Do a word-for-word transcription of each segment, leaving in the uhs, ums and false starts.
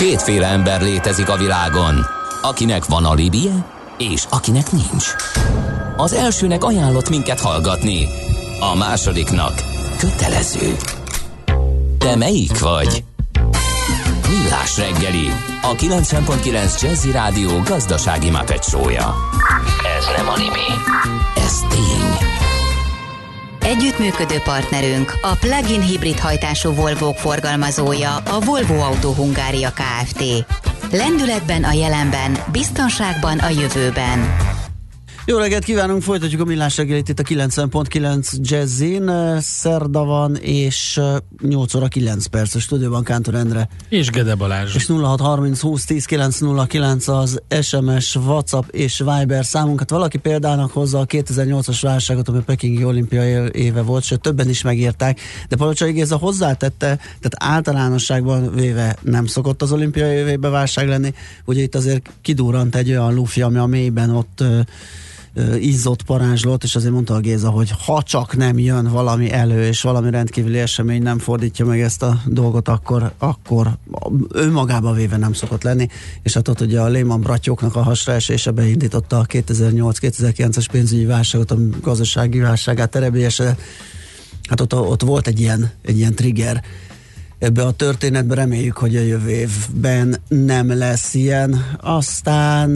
Kétféle ember létezik a világon, akinek van alibije, és akinek nincs. Az elsőnek ajánlott minket hallgatni, a másodiknak kötelező. Te melyik vagy? Millás reggeli, a kilencven pont kilenc Jazzy Rádió gazdasági Muppet show-ja. Ez nem anime, ez tény. Együttműködő partnerünk a plug-in hibrid hajtású Volvók forgalmazója, a Volvo Auto Hungária Kft. Lendületben a jelenben, biztonságban a jövőben. Jó reggelt kívánunk, folytatjuk a Millás reggelit itt a kilencven pont kilenc Jazzin. Szerda van, és nyolc óra kilenc perc a stúdióban Kántor Endre. És Gede Balázs. És nulla hat harminc húsz tíz kilenc nulla kilenc az es em es, WhatsApp és Viber számunkat. Valaki példának hozza a kétezer-nyolcas válságot, ami a Pekingi olimpia éve volt, sőt többen is megírták, de Palocsai Géza hozzátette, tehát általánosságban véve nem szokott az olimpia évébe válság lenni. Ugye itt azért kidurrant egy olyan lufi, ami a mélyben ott izzott, parázslott, és azért mondta a Géza, hogy ha csak nem jön valami elő, és valami rendkívüli esemény nem fordítja meg ezt a dolgot, akkor, akkor önmagába véve nem szokott lenni, és hát ott ugye a Lehman Brothersoknak a hasraesése beindította a kétezer-nyolc kétezer-kilences pénzügyi válságot, a gazdasági válságát eredményesen. Hát ott, ott volt egy ilyen, egy ilyen trigger ebbe a történetbe, reméljük, hogy a jövő évben nem lesz ilyen. Aztán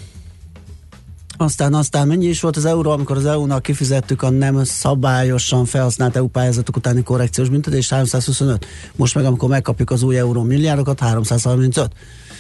Aztán, aztán mennyi is volt az euró, amikor az é u-nak kifizettük a nem szabályosan felhasznált é u pályázatok utáni korrekciós büntetést, háromszázhuszonöt. Most meg, amikor megkapjuk az új euró milliárdokat, háromszázharmincöt.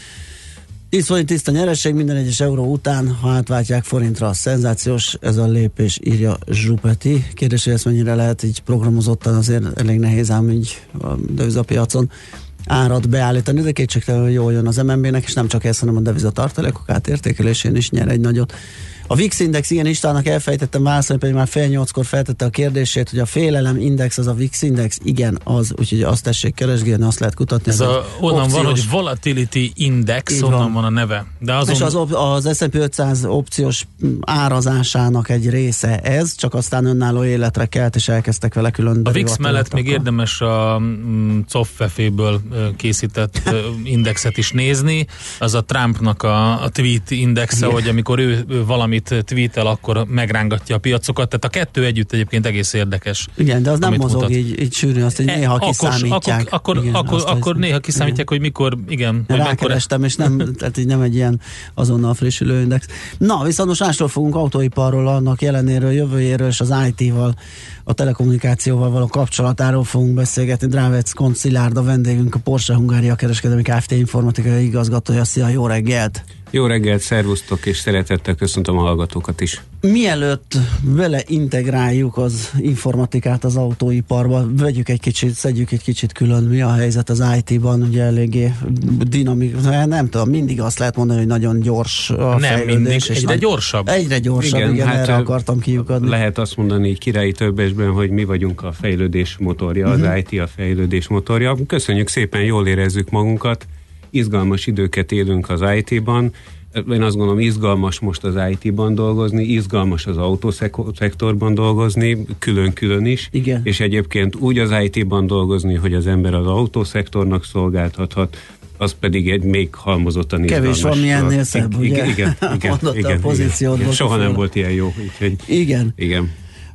tíz forint tiszta nyereség minden egyes euró után, ha átváltják forintra. A szenzációs ez a lépés, írja Zsupeti. Kérdés, hogy ezt mennyire lehet így programozottan, azért elég nehéz ám így a devizapiacon árat beállítani, de kétségtelenül jól jön az em en bé-nek, és nem csak ez, hanem a devizatartalékok átértékelésén is nyer egy nagyot. A vé i iksz Index, igen, Istának elfejtettem válaszolni, pedig már fél nyolckor feltette a kérdését, hogy a félelem index az a vé i iksz Index, igen, az, úgyhogy azt tessék keresgélni, azt lehet kutatni. Ez a, onnan opciós, van, hogy Volatility Index, onnan van. van a neve. De azon... És az, az es and pé ötszáz opciós árazásának egy része ez, csak aztán önálló életre kelt, és elkezdtek vele külön. A vé i iksz mellett még érdemes a mm, Coffeféből készített indexet is nézni, az a Trumpnak a, a tweet indexe, igen. Hogy amikor ő, ő valamit tweetel, akkor megrángatja a piacokat, tehát a kettő együtt egyébként egész érdekes. Igen, de az nem mozog így, így sűrűn, azt, hogy e, néha akkor, kiszámítják. Akkor, igen, akkor, azt, akkor néha kiszámítják, igen. Hogy mikor, igen. Rákerestem, és nem, tehát így nem egy ilyen azonnal frissülő index. Na, viszont most másról fogunk, autóiparról, annak jelenéről, jövőjéről, és az í té-val, a telekommunikációval való kapcsolatáról fogunk beszélgetni. Drávec Kont Szilárd a vendégünk, a Porsche Hungária Kereskedelmi Kft. Informatikai igazgatója. Szia, jó reggelt! Jó reggelt, szervusztok, és szeretettel köszöntöm a hallgatókat is. Mielőtt vele integráljuk az informatikát az autóiparba, vegyük egy kicsit, szedjük egy kicsit külön, mi a helyzet az í té-ban, ugye eléggé dinamikus, nem tudom, mindig azt lehet mondani, hogy nagyon gyors a nem fejlődés. Mindig, és egyre nagy, gyorsabb. Egyre gyorsabb, igen, igen hát erre akartam kiukadni. Lehet azt mondani így királyi többesben, hogy mi vagyunk a fejlődés motorja, az uh-huh. í té a fejlődés motorja. Köszönjük szépen, jól érezzük magunkat. Izgalmas időket élünk az í té-ban. Én azt gondolom, izgalmas most az í té-ban dolgozni, izgalmas az autószektorban dolgozni, külön-külön is. Igen. És egyébként úgy az í té-ban dolgozni, hogy az ember az autószektornak szolgáltathat, az pedig egy még halmozottan izgalmas. Kevés van mi ennél szebb, ugye? Igen, igen, igen, igen, igen, igen. Soha nem volt ilyen jó. Úgyhogy, igen. Igen.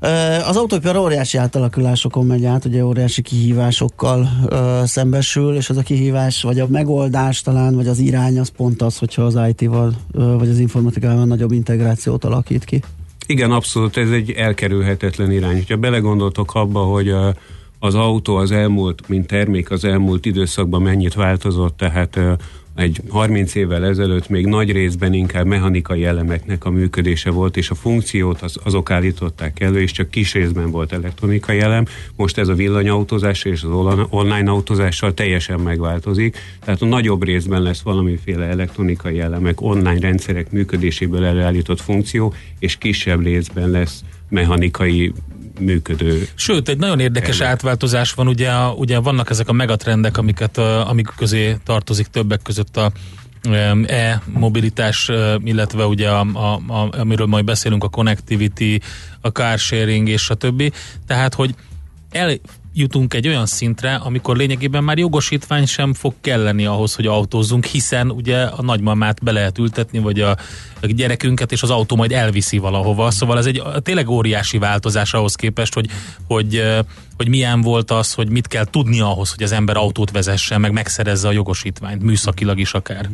Az autóipar óriási átalakulásokon megy át, ugye óriási kihívásokkal ö, szembesül, és az a kihívás, vagy a megoldás talán, vagy az irány az pont az, hogyha az í té-val, ö, vagy az informatikával nagyobb integrációt alakít ki. Igen, abszolút, ez egy elkerülhetetlen irány. Ha belegondoltok abba, hogy a, az autó az elmúlt, mint termék az elmúlt időszakban mennyit változott, tehát ö, egy harminc évvel ezelőtt még nagy részben inkább mechanikai elemeknek a működése volt, és a funkciót az, azok állították elő, és csak kis részben volt elektronikai elem. Most ez a villanyautózás és az online autózással teljesen megváltozik, tehát a nagyobb részben lesz valamiféle elektronikai elemek, online rendszerek működéséből előállított funkció, és kisebb részben lesz mechanikai működő. Sőt, egy nagyon érdekes elő. átváltozás van, ugye, ugye vannak ezek a megatrendek, amiket, amik közé tartozik többek között a e-mobilitás, illetve ugye a, a, a, amiről majd beszélünk, a connectivity, a car sharing és a többi. Tehát, hogy el, eljutunk egy olyan szintre, amikor lényegében már jogosítvány sem fog kelleni ahhoz, hogy autózzunk, hiszen ugye a nagymamát be lehet ültetni, vagy a, a gyerekünket, és az autó majd elviszi valahova. Szóval ez egy tényleg óriási változás ahhoz képest, hogy, hogy, hogy milyen volt az, hogy mit kell tudni ahhoz, hogy az ember autót vezessen, meg megszerezze a jogosítványt, műszakilag is akár.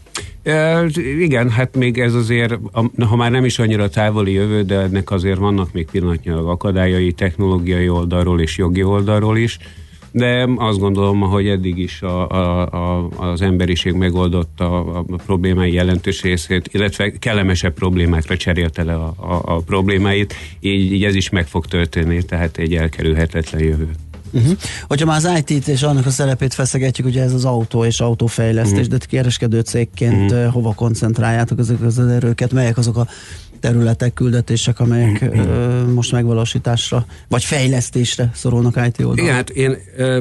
E, igen, hát még ez azért, ha már nem is annyira távoli jövő, de ennek azért vannak még pillanatnyilag akadályai, technológiai oldalról és jogi oldalról is, de azt gondolom, hogy eddig is a, a, a, az emberiség megoldotta a, a problémái jelentős részét, illetve kellemesebb problémákra cserélte le a, a, a problémáit, így, így ez is meg fog történni, tehát egy elkerülhetetlen jövő. Uh-huh. Hogyha már az í té-t és annak a szerepét feszegetjük, ugye ez az autó és autófejlesztés, uh-huh. de kereskedő cégként uh-huh. hova koncentráljátok ezek az erőket, melyek azok a területek, küldetések, amelyek uh-huh. ö, most megvalósításra, vagy fejlesztésre szorulnak í té oldalon? Igen, hát én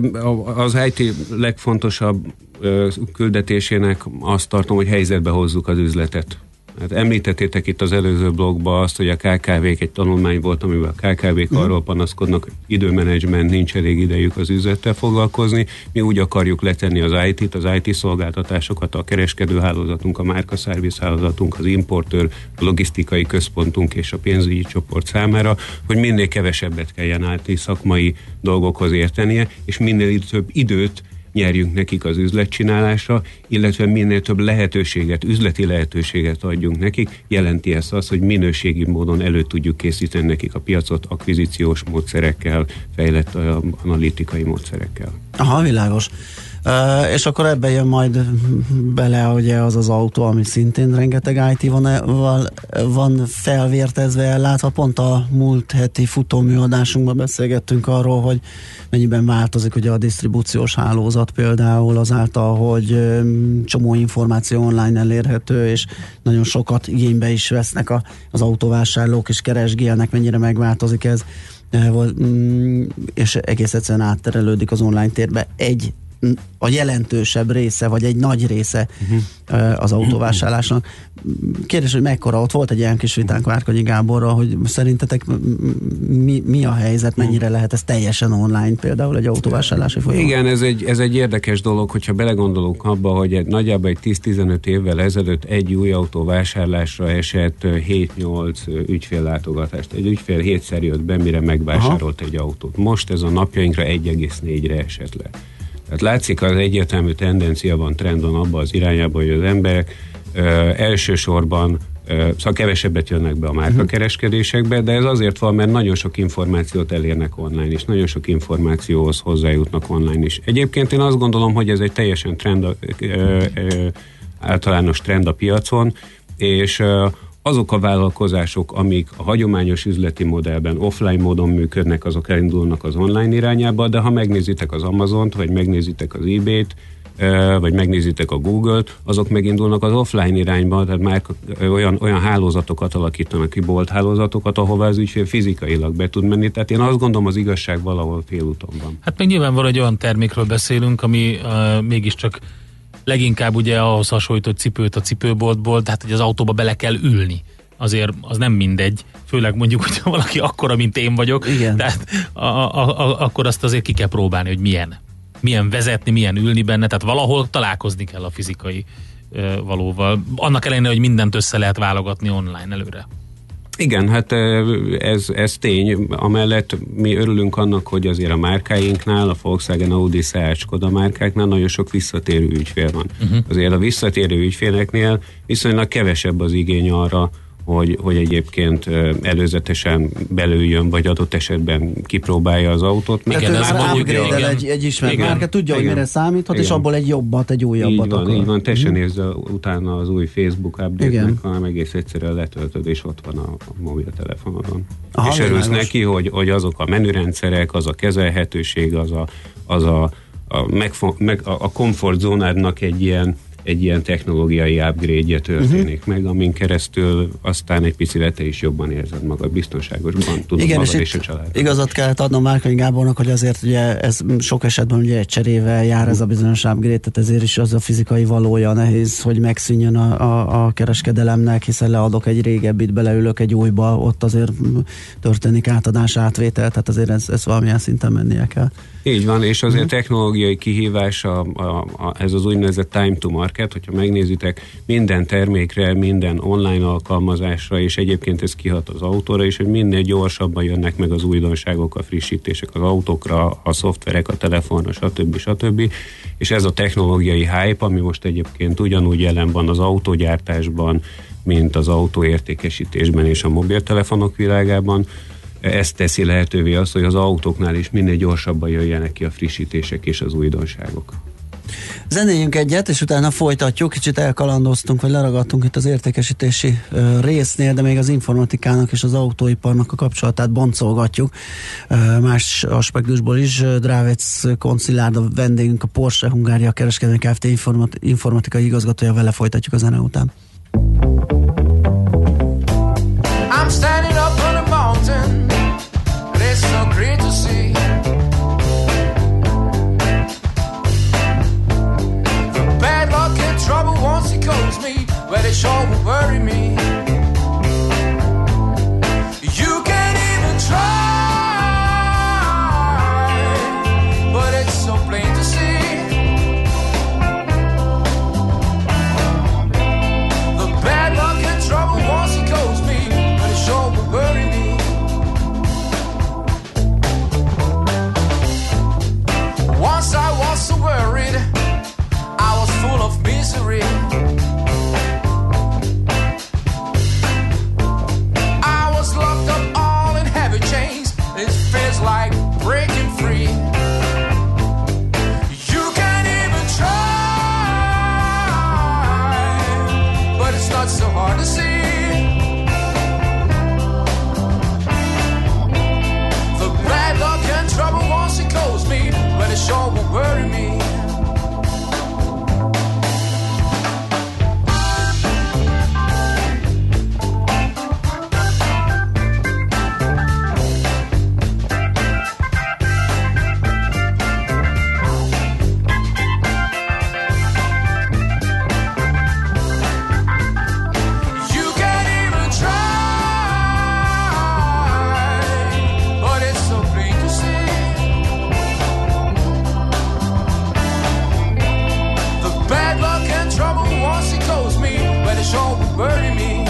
az í té legfontosabb küldetésének azt tartom, hogy helyzetbe hozzuk az üzletet. Hát említettétek itt az előző blogban azt, hogy a ká ká vék, egy tanulmány volt, amiben a ká ká vék uh-huh. arról panaszkodnak, időmenedzsment, nincs elég idejük az üzlettel foglalkozni. Mi úgy akarjuk letenni az í té-t, az í té szolgáltatásokat, a kereskedőhálózatunk, a márkaszerviz hálózatunk, az importőr, a logisztikai központunk és a pénzügyi csoport számára, hogy minél kevesebbet kelljen í té szakmai dolgokhoz értenie, és minél több időt nyerjünk nekik az üzletcsinálásra, illetve minél több lehetőséget, üzleti lehetőséget adjunk nekik, jelenti ezt az, hogy minőségi módon elő tudjuk készíteni nekik a piacot akvizíciós módszerekkel, fejlett analitikai módszerekkel. Aha, világos. Uh, és akkor ebben jön majd bele ugye az az autó, ami szintén rengeteg í té van, van felvértezve, ellátva. Pont a múlt heti futóműadásunkban beszélgettünk arról, hogy mennyiben változik ugye a disztribúciós hálózat például azáltal, hogy um, csomó információ online elérhető, és nagyon sokat igénybe is vesznek a, az autóvásárlók, és keresgélnek, mennyire megváltozik ez, uh, és egész egyszerűen átterelődik az online térbe egy a jelentősebb része, vagy egy nagy része uh-huh. az autóvásárlásnak. Kérdés, hogy mekkora, ott volt egy ilyen kis vitánk Várkonyi Gáborral, hogy szerintetek mi, mi a helyzet, mennyire lehet ez teljesen online például egy autóvásárlási folyamat? Igen, ez egy, ez egy érdekes dolog, hogyha belegondolunk abba, hogy egy, nagyjából egy tíz-tizenöt évvel ezelőtt egy új autóvásárlásra esett hét-nyolc ügyféllátogatást. Egy ügyfél hétszer jött be, mire megvásárolt Aha. egy autót. Most ez a napjainkra egy egész négyre esett le. Tehát látszik, az egyértelmű tendencia van, trend van abban az irányában, hogy az emberek ö, elsősorban, ö, szóval kevesebbet jönnek be a márkakereskedésekbe, de ez azért van, mert nagyon sok információt elérnek online is, nagyon sok információhoz hozzájutnak online is. Egyébként én azt gondolom, hogy ez egy teljesen trend, ö, ö, ö, általános trend a piacon, és ö, azok a vállalkozások, amik a hagyományos üzleti modellben offline módon működnek, azok elindulnak az online irányába, de ha megnézitek az Amazont, vagy megnézitek az eBay-t, vagy megnézitek a Google-t, azok megindulnak az offline irányba, tehát már olyan, olyan hálózatokat alakítanak ki, bolthálózatokat, ahová az ügyfél fizikailag be tud menni. Tehát én azt gondolom, az igazság valahol félúton van. Hát még nyilvánvalóan egy olyan termékről beszélünk, ami uh, mégiscsak leginkább ugye ahhoz hasonlított cipőt a cipőboltból, tehát hogy az autóba bele kell ülni. Azért az nem mindegy, főleg mondjuk, hogy valaki akkora, mint én vagyok, Igen. tehát a, a, a, akkor azt azért ki kell próbálni, hogy milyen. Milyen vezetni, milyen ülni benne, tehát valahol találkozni kell a fizikai uh, valóval. Annak ellenére, hogy mindent össze lehet válogatni online előre. Igen, hát ez, ez tény. Amellett mi örülünk annak, hogy azért a márkáinknál, a Volkswagen, Audi, Seat, Skoda márkáknál nagyon sok visszatérő ügyfél van. Uh-huh. Azért a visszatérő ügyféleknél viszonylag kevesebb az igény arra, hogy, hogy egyébként előzetesen belőjön, vagy adott esetben kipróbálja az autót. Igen, ez már upgrade-el egy, egy ismert márka, tudja, igen, hogy mire számíthat, igen, és abból egy jobbat, egy újabbat így van, akar. Így van, te se nézze utána az új Facebook update-nek, hanem egész egyszerűen letöltöd, és ott van a, a mobiltelefonodon. Aha, és örülsz neki, hogy, hogy azok a menürendszerek, az a kezelhetőség, az a, az a, a, megfo- meg, a, a komfortzónádnak egy ilyen egy ilyen technológiai upgrade-je történik uh-huh. meg, amin keresztül aztán egy picit te is jobban érzed magad, biztonságosban tudod igen, magad és, és a család. Igazat kellett adnom Márkonyi Gábornak, hogy azért ugye ez sok esetben ugye egy cserével jár ez a bizonyos upgrade, tehát ezért is az a fizikai valója nehéz, hogy megszűnjön a, a, a kereskedelemnek, hiszen leadok egy régebbit, beleülök egy újba, ott azért történik átadás, átvétel, tehát azért ez, ez valamilyen szinten mennie kell. Így van, és azért uh-huh. technológiai kihívás a, a, a, ez az úgynevezett time to market, hogyha megnézitek, minden termékre, minden online alkalmazásra, és egyébként ez kihat az autóra is, hogy minél gyorsabban jönnek meg az újdonságok, a frissítések az autókra, a szoftverek, a telefonra, stb. stb. És ez a technológiai hype, ami most egyébként ugyanúgy jelen van az autógyártásban, mint az autóértékesítésben és a mobiltelefonok világában, ez teszi lehetővé azt, hogy az autóknál is minél gyorsabban jöjjenek ki a frissítések és az újdonságok. Zenéljünk egyet, és utána folytatjuk. Kicsit elkalandoztunk, vagy leragadtunk itt az értékesítési uh, résznél, de még az informatikának és az autóiparnak a kapcsolatát boncolgatjuk. Uh, más aspektusból is. Drávec Koncilárd a vendégünk, a Porsche Hungária Kereskedelmi Kft. Informat- informatikai igazgatója, vele folytatjuk a zene után. I'm standing up on a mountain, and it's so great to see. The bad luck and trouble once it calls me, where they sure will worry me. You can't even try, but it's so plain to see. The bad luck and trouble once it calls me, sure will worry me. Once I was so worried, I was full of misery. I was locked up all in heavy chains. It feels like breaking free. You can't even try, but it's not so hard to see. Bad luck and trouble once it calls me, but it sure won't worry me. Sure will worry me.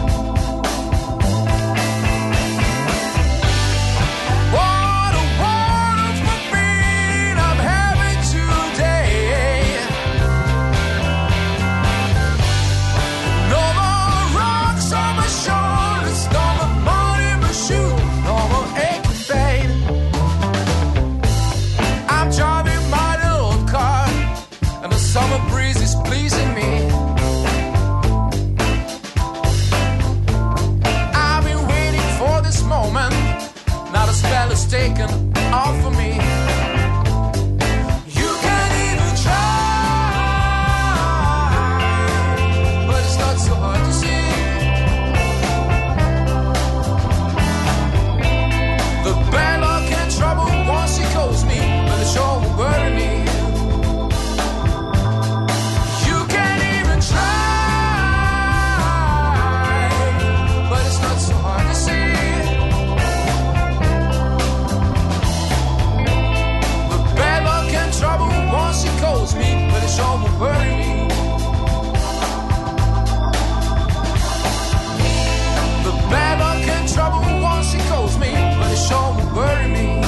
What a wonderful feeling I'm having today. No more rocks on my shoulders, no more money in my shoes, no more aching pain. I'm driving my little car, and the summer breeze is pleasing me. Now the spell is taken off of me. You can't even try, but it's not so hard to see. The bad luck and trouble once it calls me, but it sure will worry me. You can't even try, but it's not so hard to see. Trouble once it calls me, but it sure will worry me. The bad luck and trouble once it calls me, but it sure will worry me.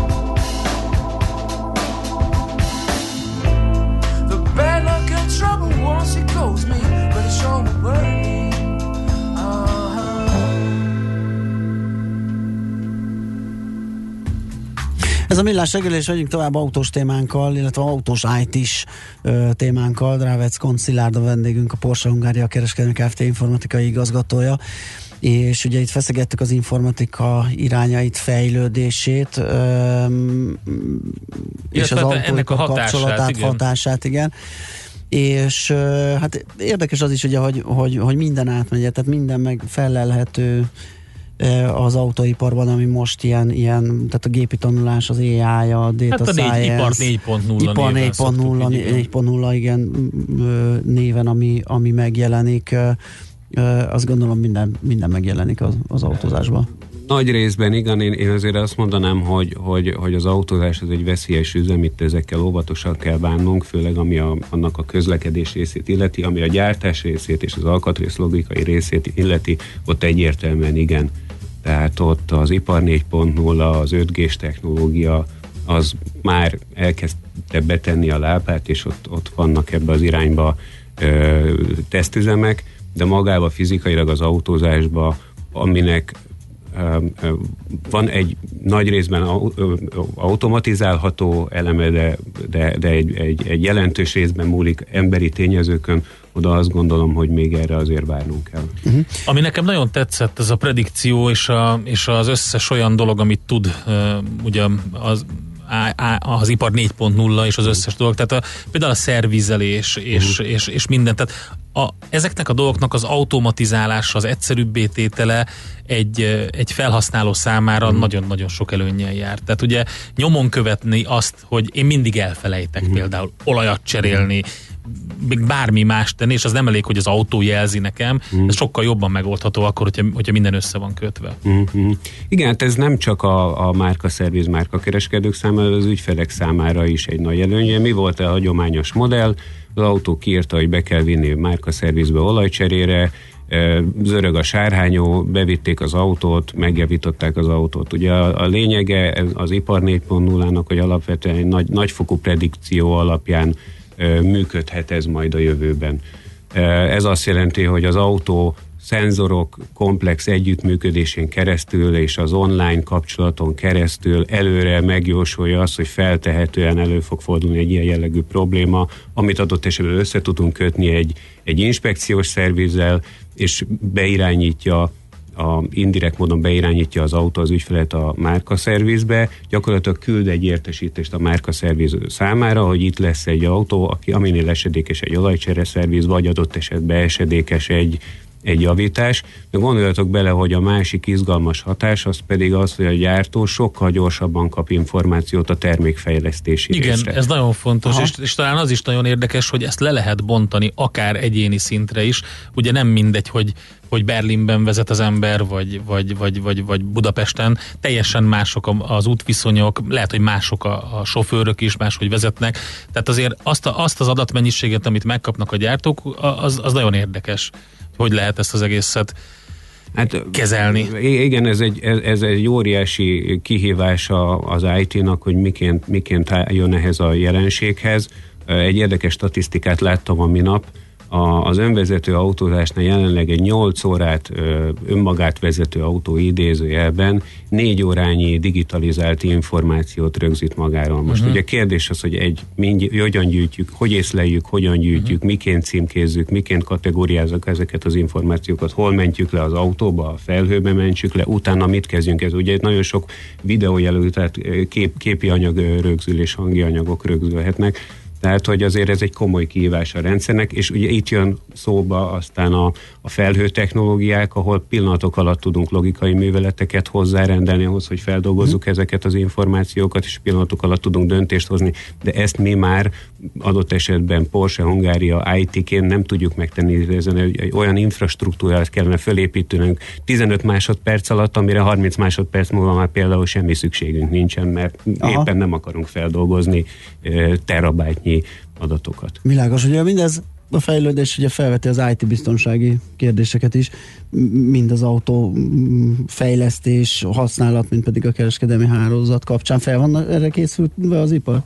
The bad luck and trouble once it calls me, but it sure will worry me. Ez a Millás reggeli, és vagyunk tovább autós témánkkal, illetve autós í té-s ö, témánkkal. Drávec Koncilárd a vendégünk, a Porsche Hungária Kereskedelmi Kft. Informatikai igazgatója. És ugye itt feszegettük az informatika irányait, fejlődését, ö, és az autóipar kapcsolatát, igen. hatását, igen. és hát érdekes az is, ugye, hogy, hogy, hogy minden átmegy, tehát minden meg felelhető az autóiparban, ami most ilyen, ilyen tehát a gépi tanulás, az á i, a data hát a science, négy, ipar négy pont nulla ipar négy pont nulla, négy pont nulla, igen, néven, ami, ami megjelenik, azt gondolom minden, minden megjelenik az, az autózásban. Nagy részben igen, én, én azért azt mondanám, hogy, hogy, hogy az autózás az egy veszélyes üzem, itt ezekkel óvatosan kell bánnunk, főleg ami a, annak a közlekedés részét illeti, ami a gyártás részét és az alkatrész logikai részét illeti, ott egyértelműen igen. Tehát ott az ipar négy pont nulla, az öt gés technológia, az már elkezdte betenni a lábát, és ott, ott vannak ebbe az irányba ö, tesztüzemek, de magába fizikailag az autózásba, aminek van egy nagy részben automatizálható eleme, de, de, de egy, egy, egy jelentős részben múlik emberi tényezőkön, oda azt gondolom, hogy még erre azért várnunk kell. Uh-huh. Ami nekem nagyon tetszett, ez a predikció és, a, és az összes olyan dolog, amit tud uh, ugye az az ipar négy pont nulla és az összes dolog, tehát a, például a szervizelés és, uh-huh. és, és minden, tehát a, ezeknek a dolgoknak az automatizálása, az egyszerűbbé tétele egy, egy felhasználó számára uh-huh. nagyon-nagyon sok előnnyel jár. Tehát ugye nyomon követni azt, hogy én mindig elfelejtek uh-huh. például olajat cserélni, még bármi más tenni, és az nem elég, hogy az autó jelzi nekem, mm. ez sokkal jobban megoldható akkor, hogyha, hogyha minden össze van kötve. Mm-hmm. Igen, hát ez nem csak a, a márka szerviz, márka kereskedők számára, az ügyfelek számára is egy nagy előnye. Mi volt a hagyományos modell? Az autó kiírta, hogy be kell vinni márka szervizbe olajcserére, zörög a sárhányó, bevitték az autót, megjavították az autót. Ugye a, a lényege az ipar négy pont nullának, hogy alapvetően egy nagy, nagyfokú predikció alapján működhet ez majd a jövőben. Ez azt jelenti, hogy az autó szenzorok komplex együttműködésén keresztül és az online kapcsolaton keresztül előre megjósolja azt, hogy feltehetően elő fog fordulni egy ilyen jellegű probléma, amit adott esetben össze tudunk kötni egy, egy inspekciós szervizzel, és beirányítja a indirekt módon beirányítja az autó az ügyfelet a márkaszervizbe, gyakorlatilag küld egy értesítést a márkaszerviz számára, hogy itt lesz egy autó, aki, aminél esedékes egy olajcsereszerviz, vagy adott esetben esedékes egy, egy javítás. De gondoljatok bele, hogy a másik izgalmas hatás az pedig az, hogy a gyártó sokkal gyorsabban kap információt a termékfejlesztési Igen, részre. ez nagyon fontos, és, és talán az is nagyon érdekes, hogy ezt le lehet bontani akár egyéni szintre is. Ugye nem mindegy, hogy hogy Berlinben vezet az ember, vagy, vagy, vagy, vagy, vagy Budapesten, teljesen mások az útviszonyok, lehet, hogy mások a, a sofőrök is, máshogy vezetnek, tehát azért azt, a, azt az adatmennyiséget, amit megkapnak a gyártók, az, az nagyon érdekes, hogy lehet ezt az egészet hát, kezelni. Igen, ez egy, ez egy óriási kihívása az í té-nak, hogy miként, miként jön ehhez a jelenséghez. Egy érdekes statisztikát láttam a minap, az önvezető autózásnál jelenleg egy nyolc órát önmagát vezető autó idézőjelben négy órányi digitalizált információt rögzít magáról. Most uh-huh. ugye kérdés az, hogy egy, mind, hogyan gyűjtjük, hogy észleljük, hogyan gyűjtjük, uh-huh. miként címkézzük, miként kategóriázunk ezeket az információkat, hol mentjük le az autóba, a felhőbe mentjük le, utána mit kezdjünk. Ez ugye nagyon sok videójelölő, tehát kép, képi anyag rögzülés, hangi anyagok rögzülhetnek. Tehát, hogy azért ez egy komoly kihívás a rendszernek, és ugye itt jön szóba aztán a, a felhő technológiák, ahol pillanatok alatt tudunk logikai műveleteket hozzárendelni ahhoz, hogy feldolgozzuk hmm. ezeket az információkat, és pillanatok alatt tudunk döntést hozni, de ezt mi már adott esetben Porsche, Hungária, í té-ként nem tudjuk megtenni, ezen egy, egy olyan infrastruktúrát kellene fölépítenünk tizenöt másodperc alatt, amire harminc másodperc múlva már például semmi szükségünk nincsen, mert Aha. éppen nem akarunk feldolgozni e, terabájtnyi adatokat. Világos, ugye mindez a fejlődés ugye felveti az í té biztonsági kérdéseket is, mind az autó fejlesztés, használat, mint pedig a kereskedelmi hálózat kapcsán. Fel van erre készült be az ipar?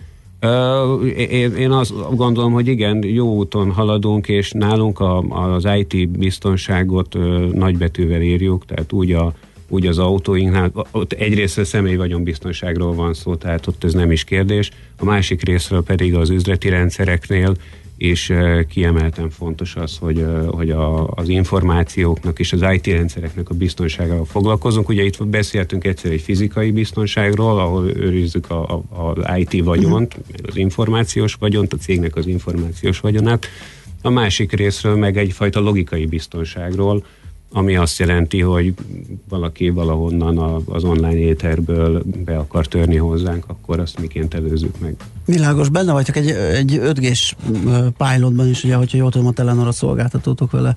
Uh, én, én azt gondolom, hogy igen, jó úton haladunk, és nálunk a, az í té biztonságot uh, nagybetűvel írjuk, tehát úgy a úgy az autóinknál, ott egyrészt a személyi vagyonbiztonságról van szó, tehát ott ez nem is kérdés, a másik részről pedig az üzleti rendszereknél és kiemelten fontos az, hogy, hogy a, az információknak és az i té rendszereknek a biztonságával foglalkozunk. Ugye itt beszéltünk egyszer egy fizikai biztonságról, ahol őrizzük a, a, az i té vagyont, uh-huh. az információs vagyont, a cégnek az információs vagyonát. A másik részről meg egyfajta logikai biztonságról, ami azt jelenti, hogy valaki valahonnan az online éterből be akar törni hozzánk, akkor azt miként előzzük meg. Világos, benne vagytok egy, egy öt gés pilotban is, ugye, hogyha jól tudom, a Telenor-a szolgáltatótok vele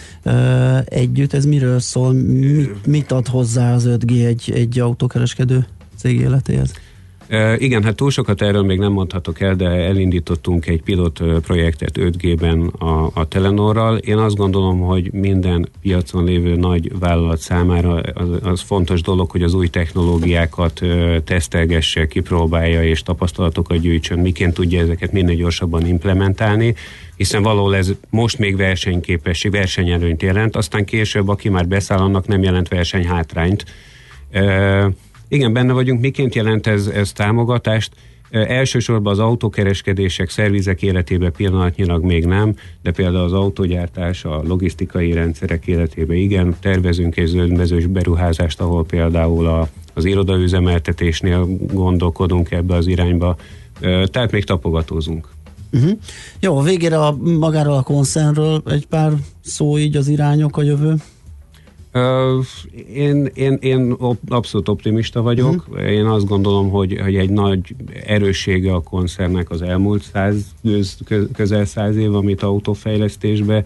együtt. Ez miről szól? Mit, mit ad hozzá az öt gé egy, egy autókereskedő cég életéhez? E, igen, hát túl sokat erről még nem mondhatok el, de elindítottunk egy pilot projektet öt gében a, a Telenorral. Én azt gondolom, hogy minden piacon lévő nagy vállalat számára az, az fontos dolog, hogy az új technológiákat ö, tesztelgesse, kipróbálja és tapasztalatokat gyűjtsön, miként tudja ezeket minél gyorsabban implementálni, hiszen valahol ez most még versenyképesség, versenyelőnyt jelent, aztán később, aki már beszáll, annak nem jelent versenyhátrányt. E, Igen, benne vagyunk. Miként jelent ez, ez támogatást? Elsősorban az autókereskedések, szervizek életében pillanatnyilag még nem, de például az autógyártás, a logisztikai rendszerek életében igen. Tervezünk egy zöldmezős beruházást, ahol például a, az irodaüzemeltetésnél gondolkodunk ebbe az irányba. Tehát még tapogatózunk. Uh-huh. Jó, végére a, magáról a koncernről egy pár szó, így az irányok, a jövő. Uh, én, én, én abszolút optimista vagyok. Uh-huh. Én azt gondolom, hogy, hogy egy nagy erőssége a koncernnek az elmúlt száz, közel száz év, amit autófejlesztésbe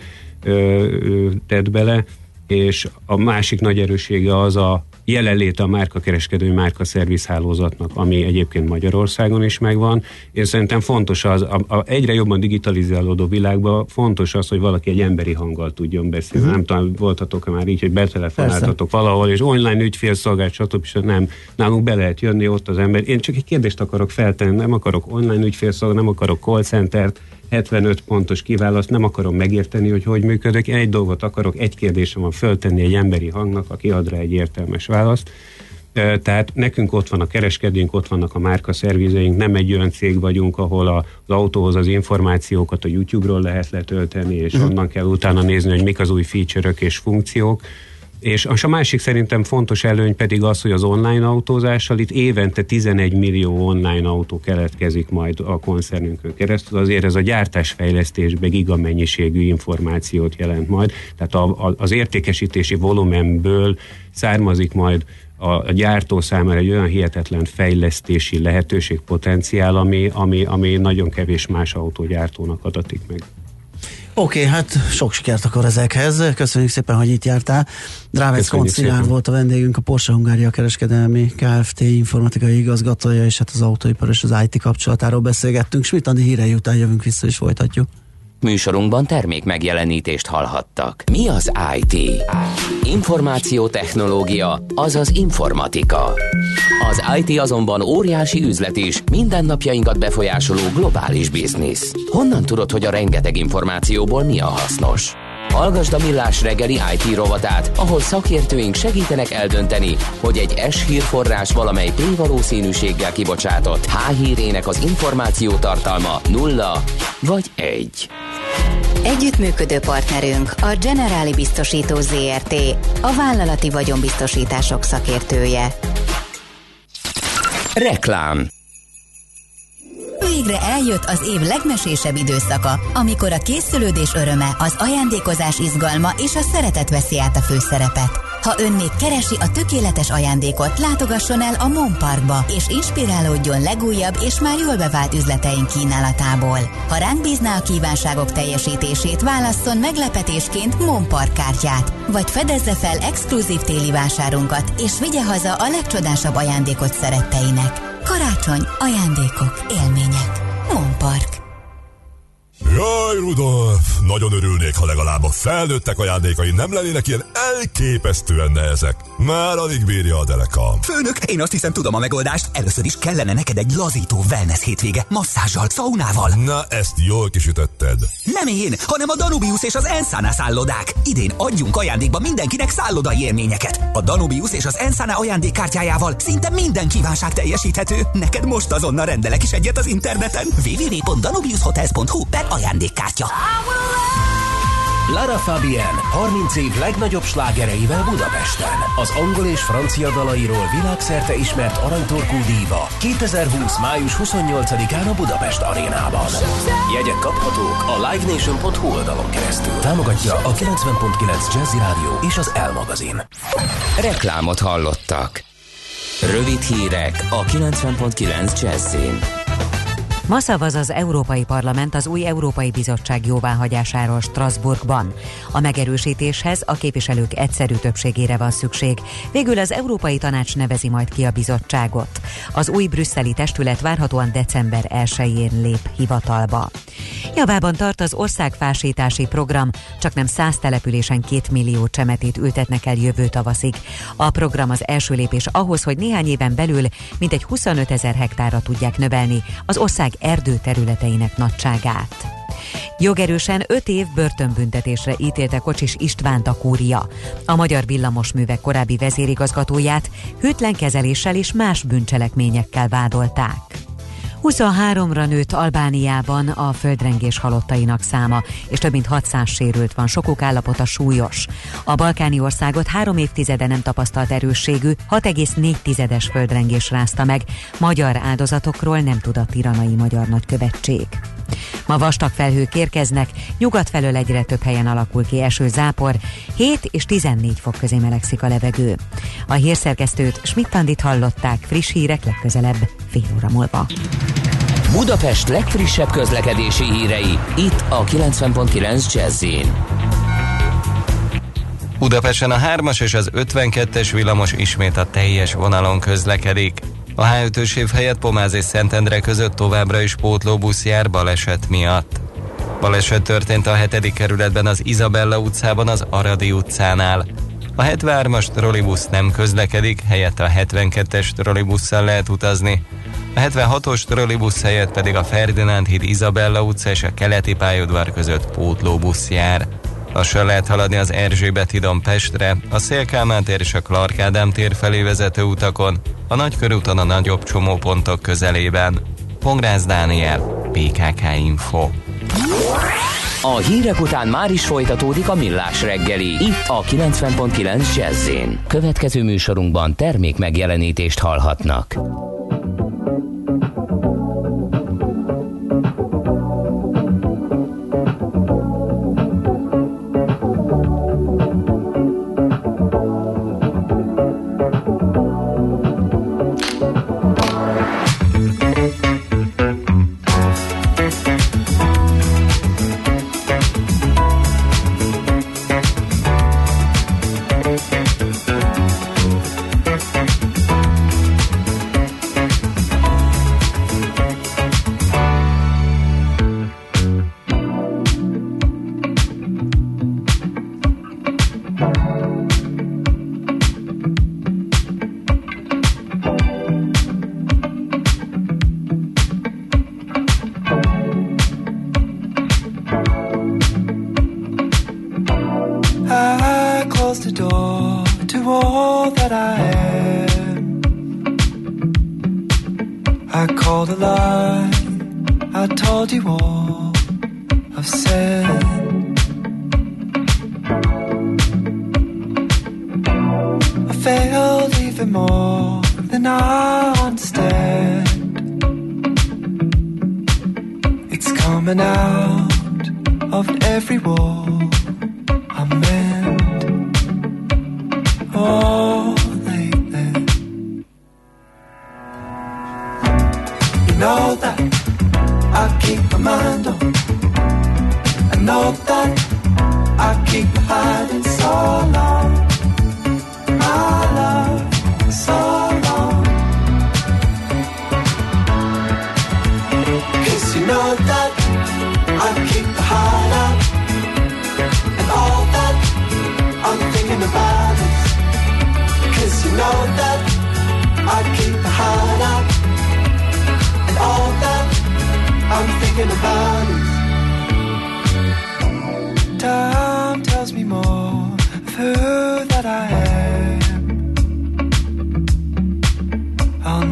uh, tett bele, és a másik nagy erőssége az a jelenléte a márkakereskedői márkaszerviz hálózatnak, ami egyébként Magyarországon is megvan. Én szerintem fontos az, a, a egyre jobban digitalizálódó világban fontos az, hogy valaki egy emberi hanggal tudjon beszélni. Uh-huh. Nem tudom, voltatok-e már így, hogy betelefonáltatok valahol, és online ügyfélszolgált, stb. Nem. Nálunk be lehet jönni ott az ember. Én csak egy kérdést akarok feltenni, nem akarok online ügyfélszolgált, nem akarok call centert, hetvenöt pontos kiválaszt, nem akarom megérteni, hogy hogy működik. Én egy dolgot akarok, egy kérdésem van föltenni egy emberi hangnak, aki ad rá egy értelmes választ. Tehát nekünk ott van a kereskedőnk, ott vannak a márkaszervizeink, nem egy olyan cég vagyunk, ahol az autóhoz az információkat a YouTube-ról lehet letölteni, és uh-huh. onnan kell utána nézni, hogy mik az új feature-ök és funkciók. És a másik szerintem fontos előny pedig az, hogy az online autózással itt évente tizenegy millió online autó keletkezik majd a koncernünkön keresztül. Azért ez a gyártásfejlesztésbe gigamennyiségű információt jelent majd. Tehát a, a, az értékesítési volumenből származik majd a, a gyártó számára egy olyan hihetetlen fejlesztési lehetőség, potenciál, ami, ami, ami nagyon kevés más autógyártónak adatik meg. Oké, okay, hát sok sikert akkor ezekhez. Köszönjük szépen, hogy itt jártál. Drávec Szilárd volt a vendégünk, a Porsche Hungária Kereskedelmi Kft. Informatikai igazgatója, és hát az autóipar és az i té kapcsolatáról beszélgettünk. Schmidt Andi hírei után jövünk vissza, és folytatjuk. Műsorunkban termék megjelenítést hallhattak. Mi az i té? Információtechnológia, azaz informatika. Az i té azonban óriási üzlet is, mindennapjainkat befolyásoló globális biznisz. Honnan tudod, hogy a rengeteg információból mi a hasznos? Hallgasd a Millás reggeli i té rovatát, ahol szakértőink segítenek eldönteni, hogy egy S-hírforrás valamely P-valószínűséggel kibocsátott H-hírének az információ tartalma nulla vagy egy. Együttműködő partnerünk a Generáli Biztosító zé er té, a vállalati vagyonbiztosítások szakértője. Reklám. Végre eljött az év legmesésebb időszaka, amikor a készülődés öröme, az ajándékozás izgalma és a szeretet veszi át a főszerepet. Ha ön még keresi a tökéletes ajándékot, látogasson el a Mon Parkba, és inspirálódjon legújabb és már jól bevált üzleteink kínálatából. Ha ránk bízná a kívánságok teljesítését, válasszon meglepetésként Mon Park kártyát, vagy fedezze fel exkluzív téli vásárunkat, és vigye haza a legcsodásabb ajándékot szeretteinek. Karácsony, ajándékok, élmények. Mon Park. Jaj, Rudolf! Nagyon örülnék, ha legalább a felnőttek ajándékai nem lennének ilyen elképesztően nehezek. Már alig bírja a derekam. Főnök, én azt hiszem tudom a megoldást. Először is kellene neked egy lazító wellness hétvége, masszázsal, szaunával. Na, ezt jól kisütötted. Nem én, hanem a Danubius és az Ensana szállodák. Idén adjunk ajándékba mindenkinek szállodai élményeket. A Danubius és az Ensana ajándékkártyájával szinte minden kívánság teljesíthető. Neked most azonnal rendelek is egyet az interneten. double-u double-u double-u pont danubius hotels pont hu per ajándék. ajándékkártya. Lara Fabian harminc év legnagyobb slágereivel Budapesten. Az angol és francia dalairól világszerte ismert aranytorkú díva kétezer-húsz. május huszonnyolcadikán a Budapest Arénában. Jegyek kaphatók a live nation pont hu oldalon keresztül. Támogatja a kilencven pont kilenc Jazzy Rádió és az Elle magazin. Reklámot hallottak. Rövid hírek a kilencven pont kilenc Jazzyn. Ma szavaz az Európai Parlament az új Európai Bizottság jóváhagyásáról Strasbourgban. A megerősítéshez a képviselők egyszerű többségére van szükség. Végül az Európai Tanács nevezi majd ki a bizottságot. Az új brüsszeli testület várhatóan december elsején lép hivatalba. Javában tart az országfásítási program, csaknem száz településen két millió csemetét ültetnek el jövő tavaszig. A program az első lépés ahhoz, hogy néhány éven belül mintegy huszonöt ezer hektárra tudják növelni az ország erdőterületeinek nagyságát. Jogerősen öt év börtönbüntetésre ítélte Kocsis Istvánt a kúria. A Magyar Villamosművek korábbi vezérigazgatóját hűtlen kezeléssel és más bűncselekményekkel vádolták. huszonháromra nőtt Albániában a földrengés halottainak száma, és több mint hatszáz sérült van, sokuk állapota súlyos. A balkáni országot három évtizede nem tapasztalt erősségű, hat egész négy tizedes földrengés rázta meg. Magyar áldozatokról nem tudott Tiranai Magyar Nagykövetség. Ma vastag felhők érkeznek, nyugat felől egyre több helyen alakul ki eső-zápor, hét és tizennégy fok közé melegszik a levegő. A hírszerkesztőt, Schmidt-Andit hallották, friss hírek legközelebb fél óra múlva. Budapest legfrissebb közlekedési hírei, itt a kilencven pont kilenc Jazzyn. Budapesten a hármas és az ötvenkettes villamos ismét a teljes vonalon közlekedik. A há ötös év helyett Pomáz és Szentendre között továbbra is pótlóbusz jár baleset miatt. Baleset történt a hetedik kerületben az Izabella utcában az Aradi utcánál. A hetvenhármas trollibusz nem közlekedik, helyett a hetvenkettes trollibusszal lehet utazni. A hetvenhatos trollibusz helyett pedig a Ferdinánd híd Izabella utca és a keleti pályaudvar között pótlóbusz jár. Lassan lehet haladni az Erzsébet hídon Pestre, a Széll-Kálmán tér és a Clark Ádám tér felé vezető utakon, a Nagykörúton a nagyobb csomópontok közelében. Pongrász Dániel, bé ká ká Info. A hírek után már is folytatódik a Millás reggeli, itt a kilencven pont kilenc Jazzyn. Következő műsorunkban termék megjelenítést hallhatnak.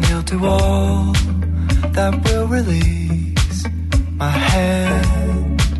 That will release my head.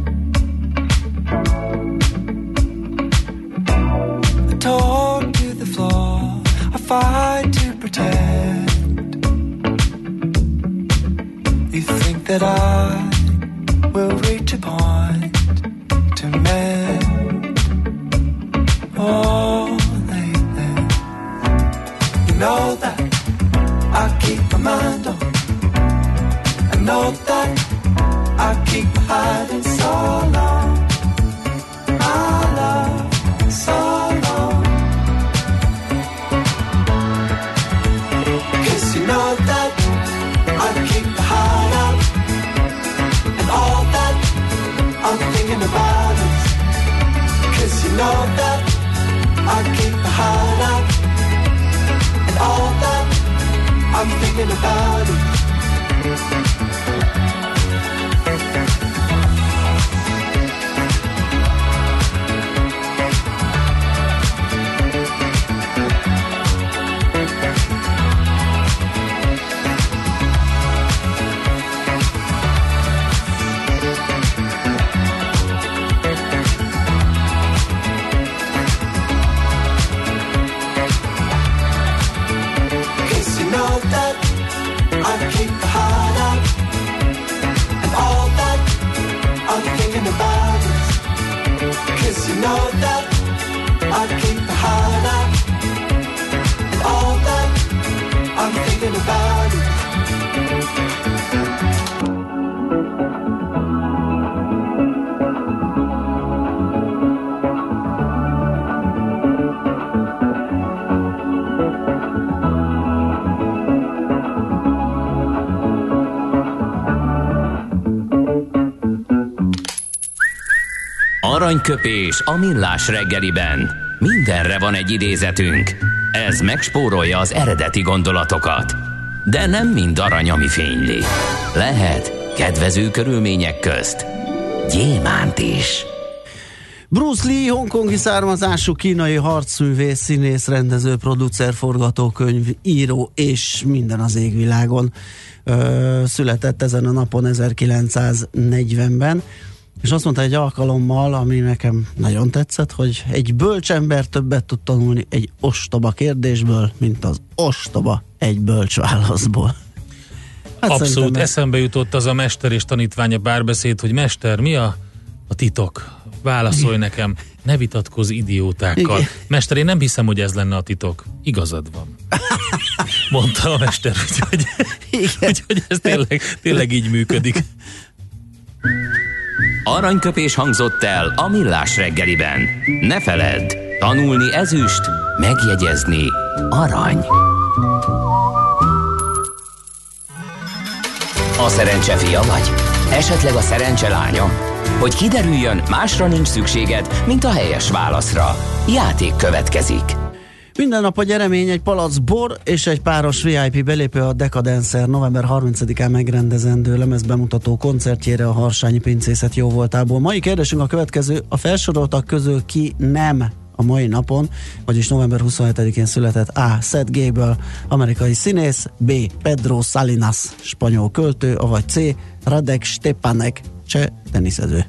I'm thinking about it. Aranyköpés a millás reggeliben. Mindenre van egy idézetünk. Ez megspórolja az eredeti gondolatokat. De nem mind arany, ami fényli. Lehet kedvező körülmények közt gyémánt is. Bruce Lee, hongkongi származású kínai harcművész, színész, rendező, producer, forgatókönyv, író és minden az égvilágon. Ö, született ezen a napon ezerkilencszáznegyvenben, és azt mondta egy alkalommal, ami nekem nagyon tetszett, hogy egy bölcs ember többet tud tanulni egy ostoba kérdésből, mint az ostoba egy bölcs válaszból. Hát abszolút eszembe jutott az a mester és tanítványa párbeszéd, hogy mester, mi a, a titok? Válaszolj nekem, ne vitatkozz idiótákkal. Igen. Mester, én nem hiszem, hogy ez lenne a titok. Igazad van. Mondta a mester, úgyhogy, úgyhogy ez tényleg, tényleg így működik. Aranyköpés hangzott el a millás reggeliben. Ne feledd, tanulni ezüst, megjegyezni arany. A szerencse fia vagy? Esetleg a szerencse lánya? Hogy kiderüljön, másra nincs szükséged, mint a helyes válaszra. Játék következik. Minden nap a gyeremény egy palac bor és egy páros vé i pé belépő a Decadencer november harmincadikán megrendezendő lemezbemutató koncertjére a Harsányi Pincészet jóvoltából. Mai kérdésünk a következő: a felsoroltak közül ki nem a mai napon, vagyis november huszonhetedikén született? A. Seth Gable, amerikai színész, B. Pedro Salinas, spanyol költő, vagy C. Radek Stepanek, cseh teniszező.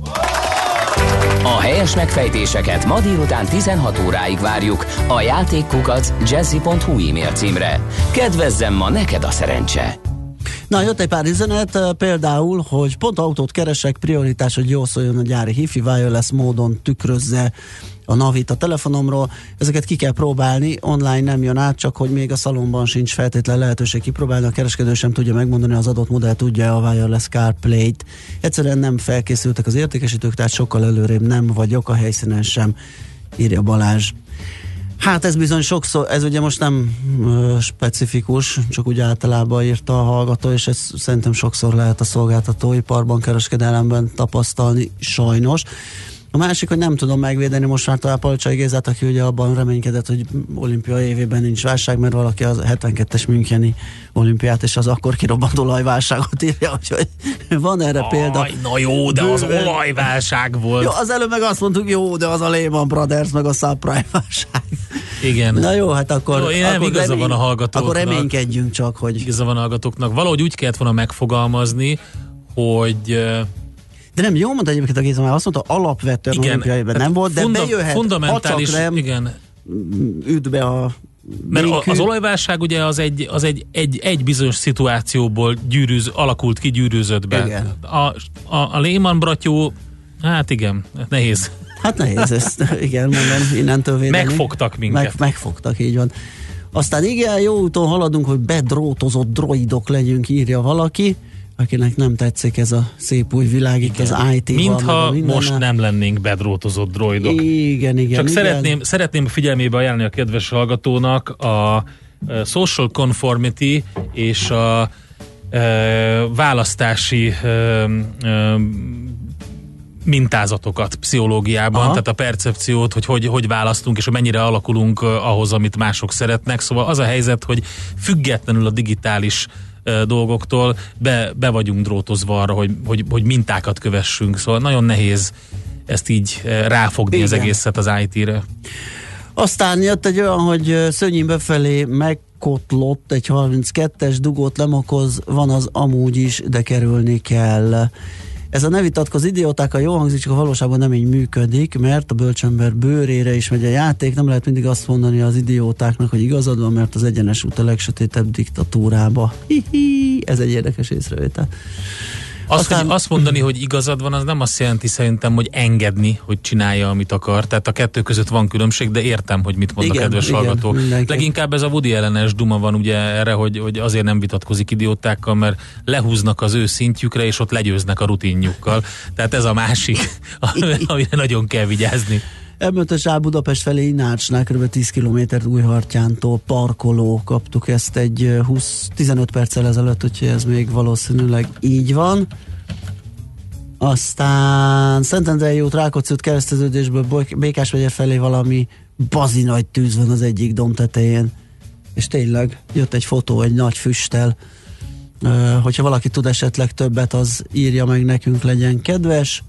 A helyes megfejtéseket ma délután tizenhat óráig várjuk a játékkukac jazzy pont hu e-mail címre. Kedvezzem ma neked a szerencse! Na, jött egy pár üzenet, például, hogy pont autót keresek, prioritás, hogy jól szóljon a gyári hifi, wireless módon tükrözze a navit a telefonomról. Ezeket ki kell próbálni, online nem jön át, csak hogy még a szalonban sincs feltétlen lehetőség kipróbálni, a kereskedő sem tudja megmondani, az adott modell tudja a wireless CarPlay-t. Egyszerűen nem felkészültek az értékesítők, tehát sokkal előrébb nem vagyok, a helyszínen sem, írja Balázs. Hát ez bizony sokszor, ez ugye most nem ö, specifikus, csak úgy általában írta a hallgató, és ez szerintem sokszor lehet a szolgáltatóiparban, kereskedelemben tapasztalni, sajnos. A másik, hogy nem tudom megvédeni most már talán Palcsai Gézát, aki ugye abban reménykedett, hogy olimpia évében nincs válság, mert valaki az hetvenkettes müncheni olimpiát és az akkor kirobbant olajválságot írja, úgyhogy van erre Aj, példa. Na jó, de az olajválság volt. Jó, az előbb meg azt mondtuk, jó, de az a Lehman Brothers, meg a subprime válság. Igen. Na jó, hát akkor... Jó, én nem akkor igaza remény, van a hallgatóknak. Akkor reménykedjünk csak, hogy... Igaza van a hallgatóknak. Valahogy úgy kellett volna megfogalmazni, hogy... De nem, jól mondta egyébként a Géza, mert azt mondta, alapvetően olimpiaiban nem volt, de funda, bejöhet, fundamentális, ha csak nem igen. üt be a Mert békű. Az olajválság ugye az egy, az egy, egy, egy bizonyos szituációból gyűrűz, alakult ki, gyűrűzött be. Igen. A, a, a Lehman bratyó, hát igen, nehéz. Hát nehéz ezt, igen, mondom, innentől védeni. Megfogtak minket. Meg, megfogtak, így van. Aztán igen, jó úton haladunk, hogy bedrótozott droidok legyünk, írja valaki, akinek nem tetszik ez a szép új világ, itt az i té-val. Mintha most nem lennénk bedrótozott droidok. Igen, igen. Csak igen. Szeretném, szeretném figyelmébe ajánlani a kedves hallgatónak a social conformity és a e, választási e, e, mintázatokat pszichológiában, Aha. tehát a percepciót, hogy, hogy hogy választunk, és hogy mennyire alakulunk ahhoz, amit mások szeretnek. Szóval az a helyzet, hogy függetlenül a digitális uh, dolgoktól be, be vagyunk drótozva arra, hogy, hogy, hogy mintákat kövessünk. Szóval nagyon nehéz ezt így uh, ráfogni Igen. az egészet az í té-re. Aztán jött egy olyan, hogy Szönyén befelé megkotlott egy harminckettes dugót lemokoz, van az amúgy is, de kerülni kell. Ez a ne vitatkoz idiótákkal jó hangzik, csak a valóságban nem így működik, mert a bölcsember bőrére is megy a játék, nem lehet mindig azt mondani az idiótáknak, hogy igazad van, mert az egyenes út a legsötétebb diktatúrába. Hi-hi, ez egy érdekes észrevétel. Azt, Aztán... hogy azt mondani, hogy igazad van, az nem azt jelenti szerintem, hogy engedni, hogy csinálja, amit akar. Tehát a kettő között van különbség, de értem, hogy mit mond igen, a kedves igen, hallgató. Mindenki. Leginkább ez a Woody ellenes duma van ugye erre, hogy, hogy azért nem vitatkozik idiótákkal, mert lehúznak az ő szintjükre, és ott legyőznek a rutinjukkal. Tehát ez a másik, amire nagyon kell vigyázni. em ötös A Budapest felé Inácsnál kb. tíz kilométert Újhartyántól parkoló, kaptuk ezt egy húsz tizenöt perccel ezelőtt, úgyhogy ez még valószínűleg így van. Aztán Szentendrei út, Rákóczi út kereszteződésből Békás megye felé valami bazi nagy tűz van az egyik domb tetején, és tényleg jött egy fotó egy nagy füsttel. Uh, hogyha valaki tud esetleg többet, az írja meg nekünk, legyen kedves.